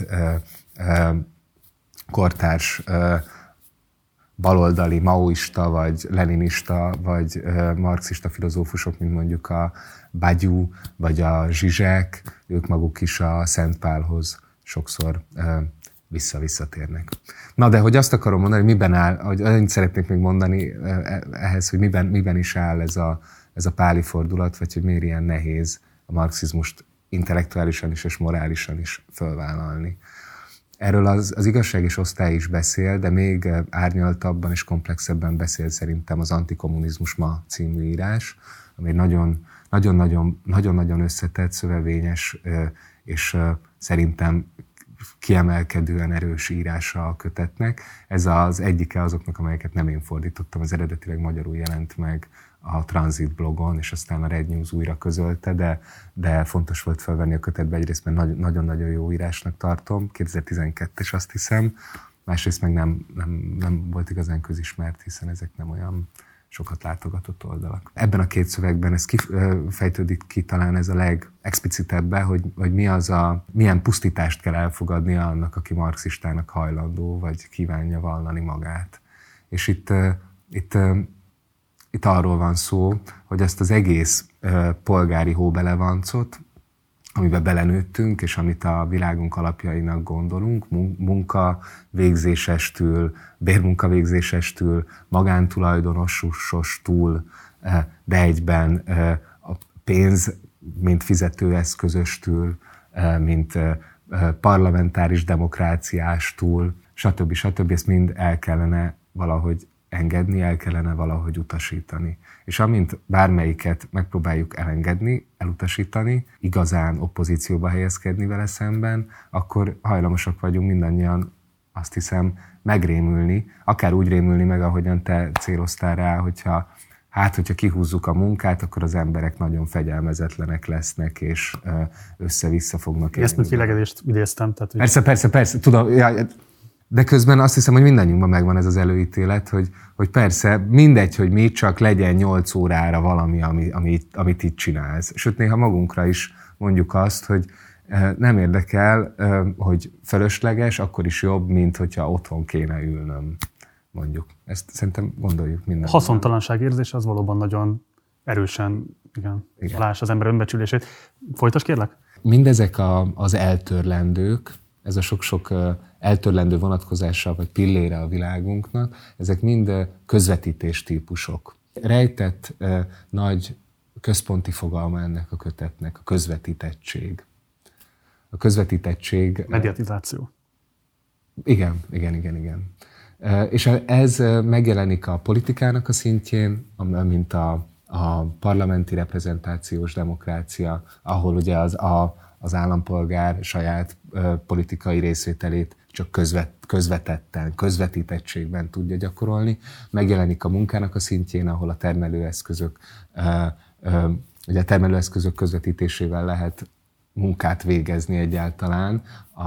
kortárs baloldali, maoista, vagy leninista, vagy marxista filozófusok, mint mondjuk a Badiou, vagy a Zsizsek, ők maguk is a Szent Pálhoz sokszor visszatérnek. Na, de hogy azt akarom mondani, hogy miben áll, hogy annyit szeretnék még mondani ehhez, hogy miben is áll ez a páli fordulat, vagy hogy miért ilyen nehéz a marxizmust intellektuálisan is és morálisan is fölvállalni. Erről az Igazság és Osztály is beszél, de még árnyaltabban és komplexebben beszél szerintem az Antikommunizmus ma című írás, ami nagyon-nagyon összetett, szövevényes és szerintem kiemelkedően erős írása a kötetnek. Ez az egyike azoknak, amelyeket nem én fordítottam, az eredetileg magyarul jelent meg a Transit blogon, és aztán a Red News újra közölte, de fontos volt felvenni a kötetbe, egyrészt mert nagyon-nagyon jó írásnak tartom, 2012-es azt hiszem, másrészt meg nem volt igazán közismert, hiszen ezek nem olyan sokat látogatott oldalak. Ebben a két szövegben ez fejtődik ki talán ez a legexplicitebben, hogy milyen pusztítást kell elfogadnia annak, aki marxistának hajlandó, vagy kívánja vallani magát. És itt arról van szó, hogy ezt az egész polgári hóbelevancot, amiben belenőttünk, és amit a világunk alapjainak gondolunk, munkavégzésestől, bérmunkavégzésestől, magántulajdonosostól, de egyben a pénz, mint fizetőeszközöstől, mint parlamentáris demokráciástól, stb. Ezt mind el kellene valahogy engedni, el kellene valahogy utasítani. És amint bármelyiket megpróbáljuk elengedni, elutasítani, igazán oppozícióba helyezkedni vele szemben, akkor hajlamosak vagyunk mindannyian, azt hiszem, megrémülni, akár úgy rémülni meg, ahogyan te céloztál rá, hogyha kihúzzuk a munkát, akkor az emberek nagyon fegyelmezetlenek lesznek, és össze-vissza fognak élni. Ezt mint félegedést idéztem. Tehát, Persze, tudom, de közben azt hiszem, hogy mindannyiunkban megvan ez az előítélet, hogy persze mindegy, hogy mi, csak legyen 8 órára valami, amit itt csinálsz. Sőt, néha magunkra is mondjuk azt, hogy nem érdekel, hogy fölösleges, akkor is jobb, mint hogyha otthon kéne ülnöm, mondjuk. Ezt szerintem gondoljuk minden. Haszontalanság érzés az valóban nagyon erősen láss az ember önbecsülését. Folytasd kérlek? Mindezek az eltörlendők, ez a sok-sok eltörlendő vonatkozással vagy pillére a világunknak, ezek mind közvetítés típusok. Rejtett nagy központi fogalma ennek a kötetnek, a közvetítettség. A közvetítettség... Mediatizáció. Igen. És ez megjelenik a politikának a szintjén, mint a parlamenti reprezentációs demokrácia, ahol ugye az állampolgár saját politikai részvételét csak közvetetten, közvetítettségben tudja gyakorolni. Megjelenik a munkának a szintjén, ahol a termelőeszközök, ugye a termelőeszközök közvetítésével lehet munkát végezni egyáltalán.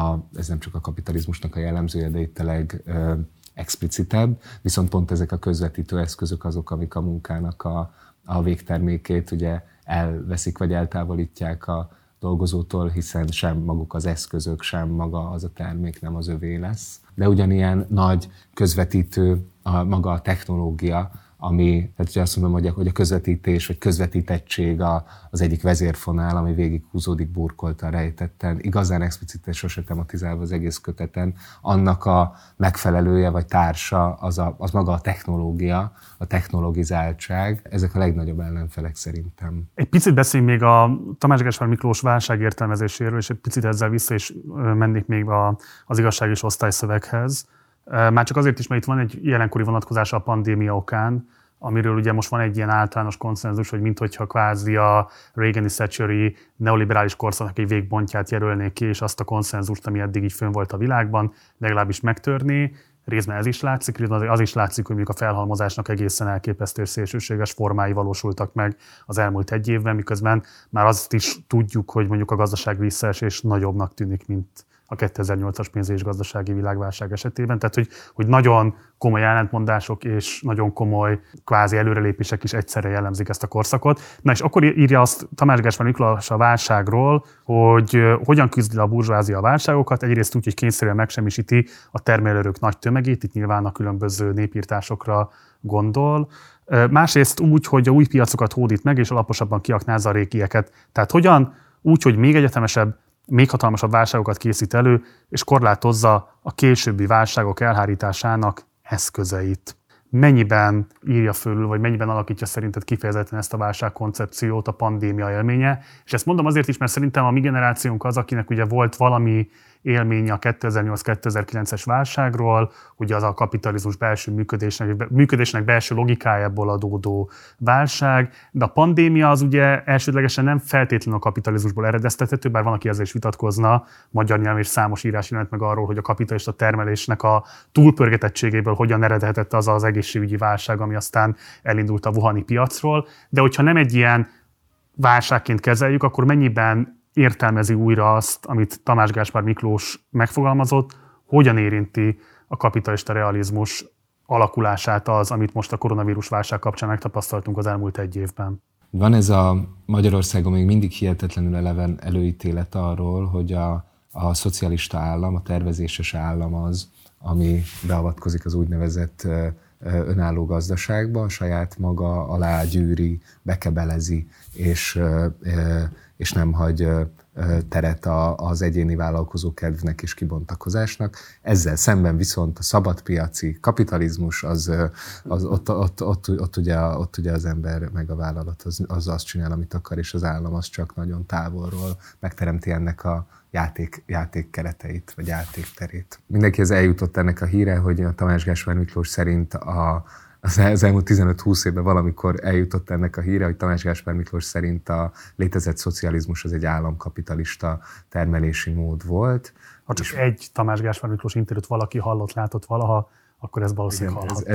Ez nem csak a kapitalizmusnak a jellemzője, de itt a legexplicitebb, viszont pont ezek a közvetítő eszközök azok, amik a munkának a végtermékét ugye elveszik vagy eltávolítják a dolgozótól, hiszen sem maguk az eszközök, sem maga az a termék nem az övé lesz. De ugyanilyen nagy közvetítő maga a technológia, tehát ugye azt mondom, hogy a közvetítés vagy közvetítettség az egyik vezérfonál, ami végig húzódik burkoltan, rejtetten, igazán explicite, sose tematizálva az egész köteten, annak a megfelelője vagy társa az maga a technológia, a technologizáltság. Ezek a legnagyobb ellenfelek szerintem. Egy picit beszéljünk még a Tamás Gáspár Miklós válság értelmezéséről, és egy picit ezzel vissza is mennék még az igazság és osztályszöveghez. Már csak azért is, mert itt van egy jelenkori vonatkozása a pandémia okán, amiről ugye most van egy ilyen általános konszenzus, hogy minthogyha kvázi a Reagan-Thatcheri neoliberális korszaknak egy végpontját jelölnék ki, és azt a konszenzust, ami eddig így fönn volt a világban, legalábbis megtörni. Részben ez is látszik, az is látszik, hogy mondjuk a felhalmozásnak egészen elképesztő szélsőséges formái valósultak meg az elmúlt egy évben, miközben már azt is tudjuk, hogy mondjuk a gazdaság visszaesés nagyobbnak tűnik, mint a 2008-as pénzügyi és gazdasági világválság esetében. Tehát, hogy nagyon komoly ellentmondások és nagyon komoly kvázi előrelépések is egyszerre jellemzik ezt a korszakot. Na és akkor írja azt Tamás Gáspár Miklós a válságról, hogy hogyan küzdi le a burzsóázia a válságokat. Egyrészt úgy, hogy kényszerűen megsemmisíti a termelőerők nagy tömegét, itt nyilván a különböző népírtásokra gondol. Másrészt úgy, hogy a új piacokat hódít meg, és alaposabban kiaknázza a régieket. Tehát hogyan? Úgy, hogy még egyetemesebb, még hatalmasabb válságokat készít elő, és korlátozza a későbbi válságok elhárításának eszközeit. Mennyiben írja fölül, vagy mennyiben alakítja szerinted kifejezetten ezt a válságkoncepciót a pandémia élménye? És ezt mondom azért is, mert szerintem a mi generációnk az, akinek ugye volt valami élménye a 2008-2009-es válságról, ugye az a kapitalizmus belső működésnek belső logikájából adódó válság, de a pandémia az ugye elsődlegesen nem feltétlenül a kapitalizmusból eredeztethető, bár van, aki ezzel is vitatkozna, magyar nyelven és számos írás jelent meg arról, hogy a kapitalista termelésnek a túlpörgetettségéből hogyan eredhetett az az egészségügyi válság, ami aztán elindult a wuhani piacról, de hogyha nem egy ilyen válságként kezeljük, akkor mennyiben értelmezi újra azt, amit Tamás Gáspár Miklós megfogalmazott, hogyan érinti a kapitalista realizmus alakulását az, amit most a koronavírus válság kapcsán megtapasztaltunk az elmúlt egy évben. Van ez a Magyarországon még mindig hihetetlenül eleven előítélet arról, hogy a szocialista állam, a tervezéses állam az, ami beavatkozik az úgynevezett önálló gazdaságba, saját maga alá gyűri, bekebelezi, és és nem hagy teret az egyéni vállalkozó kedvnek és kibontakozásnak. Ezzel szemben viszont a szabadpiaci kapitalizmus, ott ugye az ember meg a vállalat az azt csinál, amit akar, és az állam az csak nagyon távolról megteremti ennek a játék kereteit, vagy játékterét. Mindenkihez eljutott ennek a híre, hogy a Tamás Gáspár Miklós szerint az elmúlt 15-20 évben valamikor eljutott ennek a híre, hogy Tamás Gáspár Miklós szerint a létezett szocializmus az egy államkapitalista termelési mód volt. Ha csak egy Tamás Gáspár Miklós interjút valaki hallott, látott valaha, akkor ez valószínűleg hallhatta.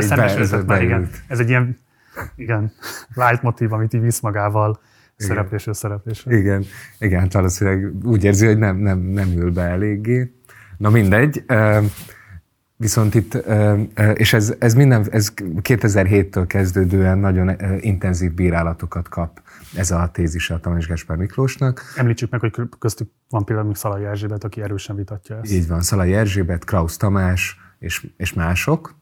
Ez egy ilyen leitmotív, amit így visz magával szereplésről. Igen, valószínűleg úgy érzi, hogy nem ül be eléggé. Na mindegy. Viszont itt, és ez 2007-től kezdődően nagyon intenzív bírálatokat kap ez a tézise a Tamás Gáspár Miklósnak. Említsük meg, hogy köztük van például még Szalai Erzsébet, aki erősen vitatja ezt. Így van, Szalai Erzsébet, Krausz Tamás és mások.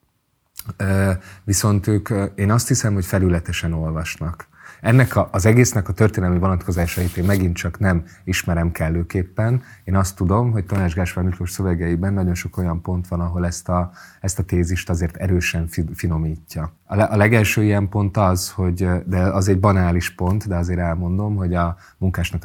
Viszont ők, én azt hiszem, hogy felületesen olvasnak. Ennek az egésznek a történelmi vonatkozásait én megint csak nem ismerem kellőképpen. Én azt tudom, hogy Tamás Gáspár Miklós szövegeiben nagyon sok olyan pont van, ahol ezt a tézist azért erősen finomítja. A legelső ilyen pont az, de az egy banális pont, de azért elmondom, hogy a munkásnak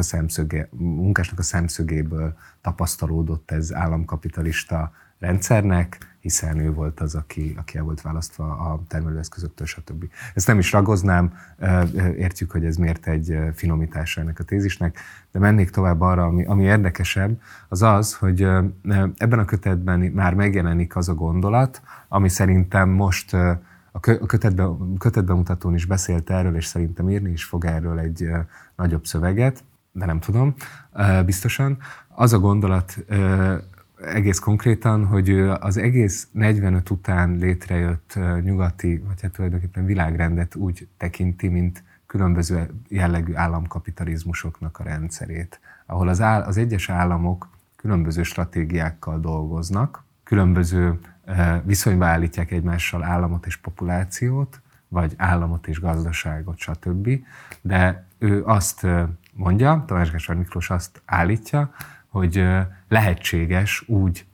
a szemszögéből tapasztalódott ez államkapitalista rendszernek, hiszen ő volt az, aki el volt választva a termelőeszközöktől, stb. Ezt nem is ragoznám, értjük, hogy ez miért egy finomítása ennek a tézisnek, de mennék tovább arra, ami érdekesebb, az, hogy ebben a kötetben már megjelenik az a gondolat, ami szerintem most a kötetbemutatón is beszélt erről, és szerintem írni is fog erről egy nagyobb szöveget, de nem tudom biztosan. Az a gondolat egész konkrétan, hogy az egész 45 után létrejött nyugati, vagy hát tulajdonképpen világrendet úgy tekinti, mint különböző jellegű államkapitalizmusoknak a rendszerét, ahol az egyes államok különböző stratégiákkal dolgoznak, különböző viszonyba állítják egymással államot és populációt, vagy államot és gazdaságot, stb. De ő azt mondja, Tamás Gáspár Miklós azt állítja, hogy lehetséges úgy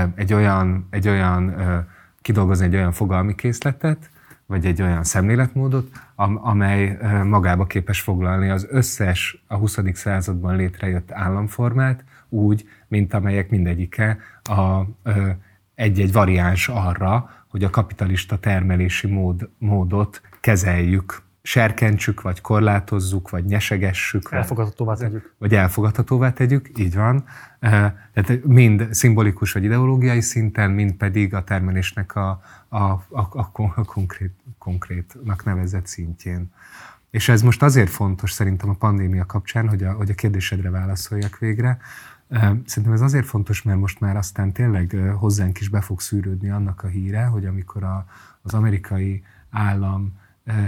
kidolgozni egy olyan fogalmi készletet, vagy egy olyan szemléletmódot, amely magába képes foglalni az összes a 20. században létrejött államformát, úgy, mint amelyek mindegyike egy-egy variáns arra, hogy a kapitalista termelési módot kezeljük, serkentsük, vagy korlátozzuk, vagy nyesegessük. Elfogadhatóvá tegyük. Így van. Tehát mind szimbolikus vagy ideológiai szinten, mind pedig a termelésnek a konkrétnak nevezett szintjén. És ez most azért fontos szerintem a pandémia kapcsán, hogy a kérdésedre válaszoljak végre. Szerintem ez azért fontos, mert most már aztán tényleg hozzánk is be fog szűrődni annak a híre, hogy amikor az amerikai állam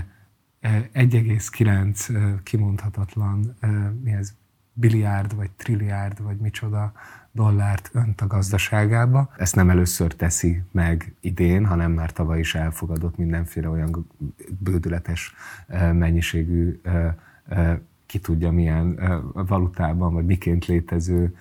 1,9 kimondhatatlan billiárd, vagy trilliárd, vagy micsoda dollárt önt a gazdaságába. Ezt nem először teszi meg idén, hanem már tavaly is elfogadott mindenféle olyan bődületes mennyiségű, ki tudja milyen valutában, vagy miként létező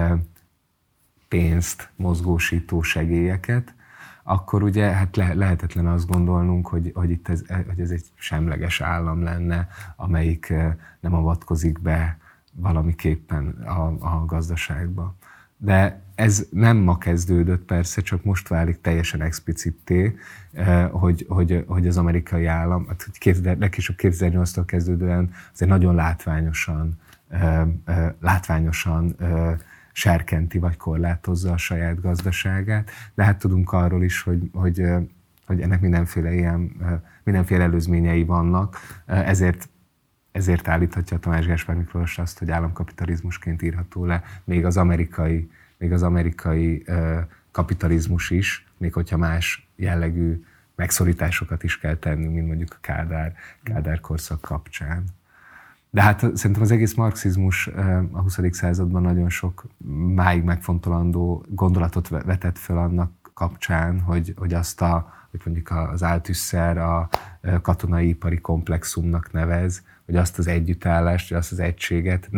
pénzt mozgósító segélyeket, akkor ugye hát lehetetlen azt gondolnunk, hogy ez egy semleges állam lenne, amelyik nem avatkozik be valamiképpen a gazdaságba. De ez nem ma kezdődött persze, csak most válik teljesen explicitté, hogy az amerikai állam, legkésőbb 2008-tól kezdődően azért nagyon látványosan serkenti vagy korlátozza a saját gazdaságát, de hát tudunk arról is, hogy ennek mindenféle előzményei vannak, ezért állíthatja a Tamás Gáspár Miklós azt, hogy államkapitalizmusként írható le még az amerikai kapitalizmus is, még hogyha más jellegű megszorításokat is kell tennünk, mint mondjuk a Kádár korszak kapcsán. De hát szerintem az egész marxizmus a 20. században nagyon sok máig megfontolandó gondolatot vetett föl annak kapcsán, hogy azt hogy mondjuk az Althusser a katonai ipari komplexumnak nevez, hogy azt az együttállást, vagy azt az egységet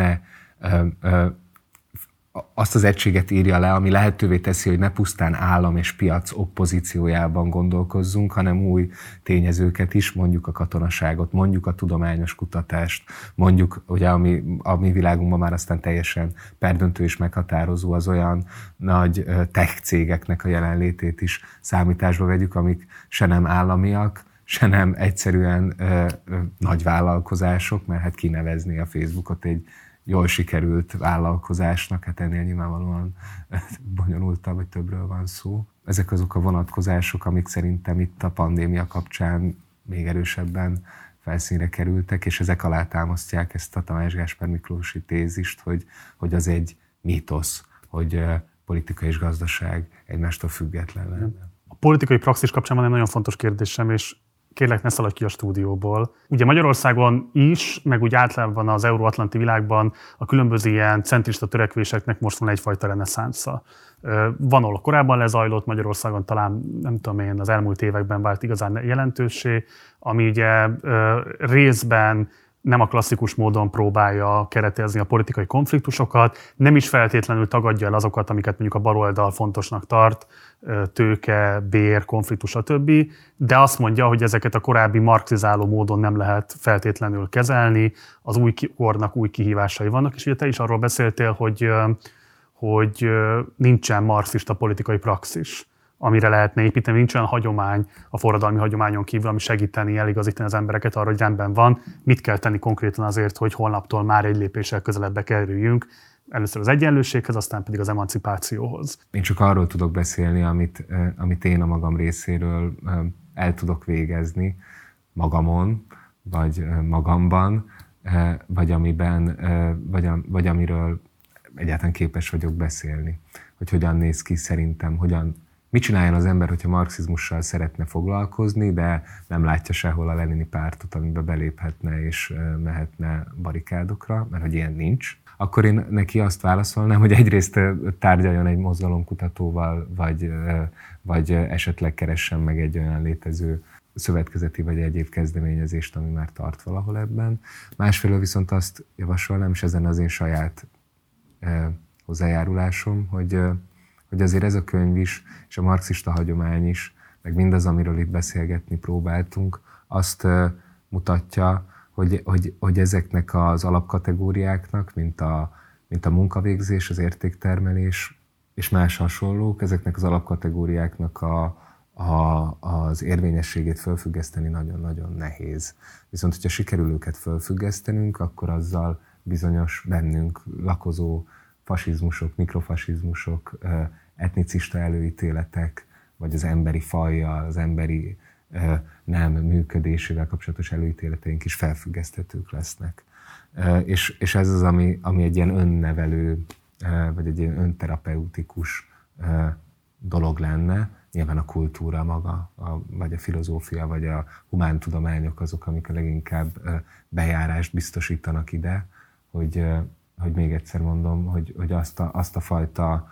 azt az egységet írja le, ami lehetővé teszi, hogy ne pusztán állam és piac oppozíciójában gondolkozzunk, hanem új tényezőket is, mondjuk a katonaságot, mondjuk a tudományos kutatást, mondjuk, ugye a mi világunkban már aztán teljesen perdöntő és meghatározó az olyan nagy tech cégeknek a jelenlétét is számításba vegyük, amik se nem államiak, se nem egyszerűen nagy vállalkozások, mert hát kinevezni a Facebookot egy jól sikerült vállalkozásnak, hát ennél nyilvánvalóan bonyolultabb, vagy többről van szó. Ezek azok a vonatkozások, amik szerintem itt a pandémia kapcsán még erősebben felszínre kerültek, és ezek alátámasztják ezt a Tamás Gáspár Miklósi tézist, hogy az egy mítosz, hogy politika és gazdaság egymástól független lenne. A politikai praxis kapcsán van egy nagyon fontos kérdésem, és kérlek, ne szaladj ki a stúdióból. Ugye Magyarországon is, meg úgy általában az euróatlanti világban a különböző ilyen centrista törekvéseknek most van egyfajta reneszánsza. Van, ahol korábban lezajlott, Magyarországon talán, nem tudom én, az elmúlt években vált igazán jelentőssé, ami ugye részben nem a klasszikus módon próbálja keretezni a politikai konfliktusokat, nem is feltétlenül tagadja el azokat, amiket mondjuk a baloldal fontosnak tart, tőke, bér, konfliktus, stb. De azt mondja, hogy ezeket a korábbi marxizáló módon nem lehet feltétlenül kezelni, az új kornak új kihívásai vannak, és ugye te is arról beszéltél, hogy nincsen marxista politikai praxis, amire lehetne építeni, nincs olyan hagyomány a forradalmi hagyományon kívül, ami segíteni, eligazítani az embereket arra, hogy rendben van, mit kell tenni konkrétan azért, hogy holnaptól már egy lépéssel közelebbe kerüljünk, először az egyenlőséghez, aztán pedig az emancipációhoz. Én csak arról tudok beszélni, amit én a magam részéről el tudok végezni magamon, vagy magamban, vagy amiről egyáltalán képes vagyok beszélni. Hogy hogyan néz ki szerintem, mit csináljon az ember, hogyha marxizmussal szeretne foglalkozni, de nem látja sehol a lenini pártot, amiben beléphetne és mehetne barikádokra, mert hogy ilyen nincs. Akkor én neki azt válaszolnám, hogy egyrészt tárgyaljon egy mozgalomkutatóval, vagy esetleg keressen meg egy olyan létező szövetkezeti vagy egyéb kezdeményezést, ami már tart valahol ebben. Másfelől viszont azt javasolnám, és ezen az én saját hozzájárulásom, hogy azért ez a könyv is, és a marxista hagyomány is, meg mindaz, amiről itt beszélgetni próbáltunk, azt mutatja, hogy ezeknek az alapkategóriáknak, mint a munkavégzés, az értéktermelés és más hasonlók, ezeknek az alapkategóriáknak az érvényességét fölfüggeszteni nagyon-nagyon nehéz. Viszont, hogyha sikerül őket fölfüggesztenünk, akkor azzal bizonyos bennünk lakozó fasizmusok, mikrofasizmusok, etnicista előítéletek, vagy az emberi fajjal, az emberi nem működésével kapcsolatos előítéleteink is felfüggeszthetők lesznek. És ez az, ami egy ilyen önnevelő, vagy egy ilyen önterapeutikus dolog lenne. Nyilván a kultúra maga, vagy a filozófia, vagy a humántudományok azok, amik a leginkább bejárást biztosítanak ide, hogy még egyszer mondom, hogy azt a fajta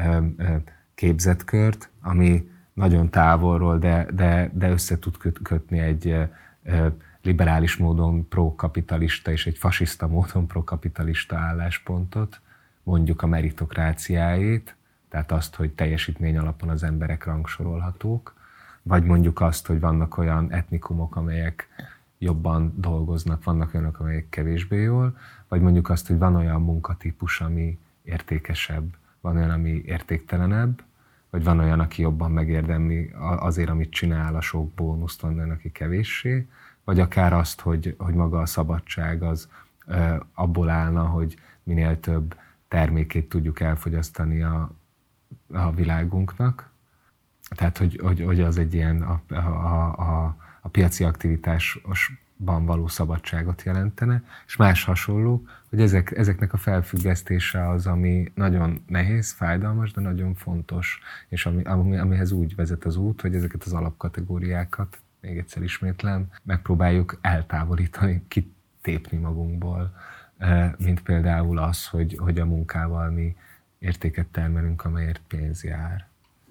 képzetkört, ami nagyon távolról, de össze tud kötni egy liberális módon prokapitalista és egy fasiszta módon prokapitalista álláspontot, mondjuk a meritokráciáját, tehát azt, hogy teljesítmény alapon az emberek rangsorolhatók, vagy mondjuk azt, hogy vannak olyan etnikumok, amelyek jobban dolgoznak, vannak olyanok, amelyek kevésbé jól, vagy mondjuk azt, hogy van olyan munkatípus, ami értékesebb, van olyan, ami értéktelenebb, vagy van olyan, aki jobban megérdemli azért, amit csinál, a sok bónuszt, van olyan, aki kevéssé, vagy akár azt, hogy maga a szabadság az abból állna, hogy minél több termékét tudjuk elfogyasztani a világunknak. Tehát, hogy az egy ilyen a piaci aktivitásban való szabadságot jelentene, és más hasonló, hogy ezeknek a felfüggesztése az, ami nagyon nehéz, fájdalmas, de nagyon fontos, és amihez úgy vezet az út, hogy ezeket az alapkategóriákat, még egyszer ismétlem, megpróbáljuk eltávolítani, kitépni magunkból, mint például az, hogy a munkával mi értéket termelünk, amelyért pénz jár.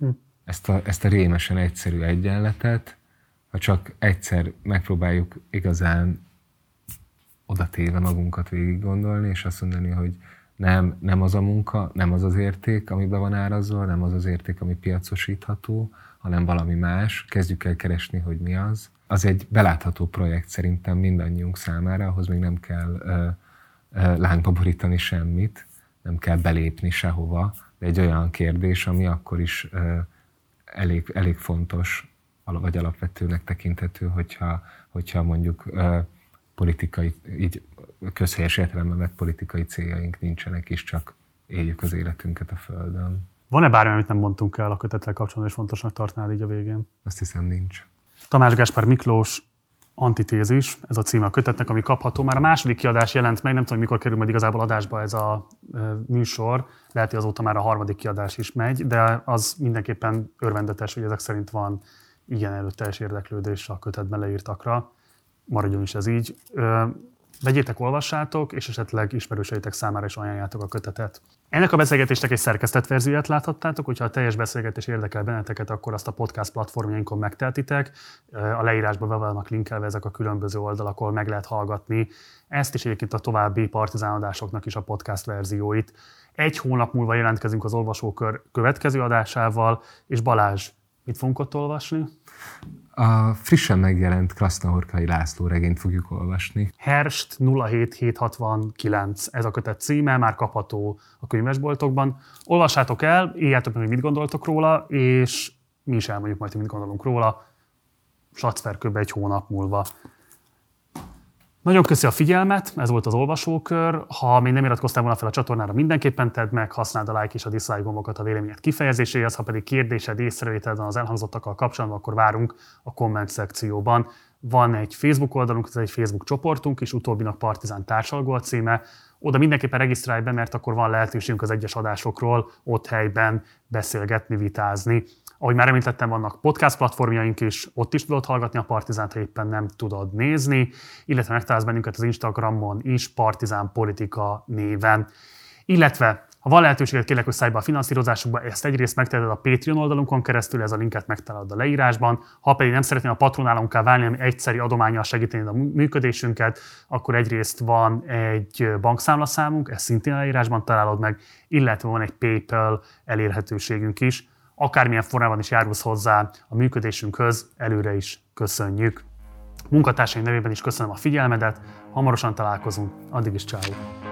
ezt a rémesen egyszerű egyenletet, ha csak egyszer megpróbáljuk igazán odatéve magunkat végig gondolni, és azt mondani, hogy nem az a munka, nem az az érték, amiben van árazva, nem az az érték, ami piacosítható, hanem valami más. Kezdjük el keresni, hogy mi az. Az egy belátható projekt szerintem mindannyiunk számára, ahhoz még nem kell lángba borítani semmit, nem kell belépni sehova, de egy olyan kérdés, ami akkor is elég fontos, vagy alapvetőnek tekinthető, hogyha mondjuk politikai, így közhelyes értelemben vett politikai céljaink nincsenek is, csak éljük az életünket a Földön. Van-e bármi, amit nem mondtunk el a kötettel kapcsolatban, és fontosnak tartnál így a végén? Azt hiszem, nincs. Tamás Gáspár Miklós Antitézis, ez a címe a kötetnek, ami kapható. Már a második kiadás jelent meg, nem tudom, mikor kerül majd igazából adásba ez a műsor, lehet, hogy azóta már a harmadik kiadás is megy, de az mindenképpen örvendetes, hogy ezek szerint van igen előteljes érdeklődés a kötetben leírtakra. Maradjon is ez így. Vegyétek, olvassátok, és esetleg ismerőseitek számára is ajánljátok a kötetet. Ennek a beszélgetésnek egy szerkesztett verzióját láthattátok, hogyha a teljes beszélgetés érdekel benneteket, akkor azt a podcast platformjainkon megtehetitek. A leírásban be vannak linkelve ezek a különböző oldalak, ahol meg lehet hallgatni ezt, és egyébként a további partizánadásoknak is a podcast verzióit. Egy hónap múlva jelentkezünk az Olvasókör következő adásával, és Balázs, mit fogunk ott olvasni? A frissen megjelent Krasznahorkai László regényt fogjuk olvasni. Herst 07769, ez a kötet címe, már kapható a könyvesboltokban. Olvassátok el, írjátok meg, hogy mit gondoltok róla, és mi is elmondjuk majd, hogy mit gondolunk róla. Sacfer kb. Egy hónap múlva. Nagyon köszi a figyelmet, ez volt az Olvasókör. Ha még nem iratkoztál volna fel a csatornára, mindenképpen tedd meg, használd a like és a dislike gombokat a véleményed kifejezéséhez, ha pedig kérdésed, észrevételed van az elhangzottakkal kapcsolatban, akkor várunk a komment szekcióban. Van egy Facebook oldalunk, ez egy Facebook csoportunk is, utóbbinak Partizán társalgó a címe. Oda mindenképpen regisztrálj be, mert akkor van lehetőségünk az egyes adásokról ott helyben beszélgetni, vitázni. Ahogy már említettem, vannak podcast platformjaink is, ott is tudod hallgatni a Partizánt, ha éppen nem tudod nézni, illetve megtalálsz bennünket az Instagramon is, Partizán Politika néven. Illetve, ha van lehetőséged, kérlek, hogy szállj be a finanszírozásukba, ezt egyrészt megteheted a Patreon oldalunkon keresztül, ez a linket megtalálod a leírásban. Ha pedig nem szeretnél a patronálunkkal válni, ami egyszeri adománnyal segíteni a működésünket, akkor egyrészt van egy bankszámlaszámunk, ezt szintén a leírásban találod meg, illetve van egy PayPal elérhetőségünk is. Akármilyen formában is járulsz hozzá a működésünkhöz, előre is köszönjük. Munkatársaim nevében is köszönöm a figyelmedet, hamarosan találkozunk, addig is ciao.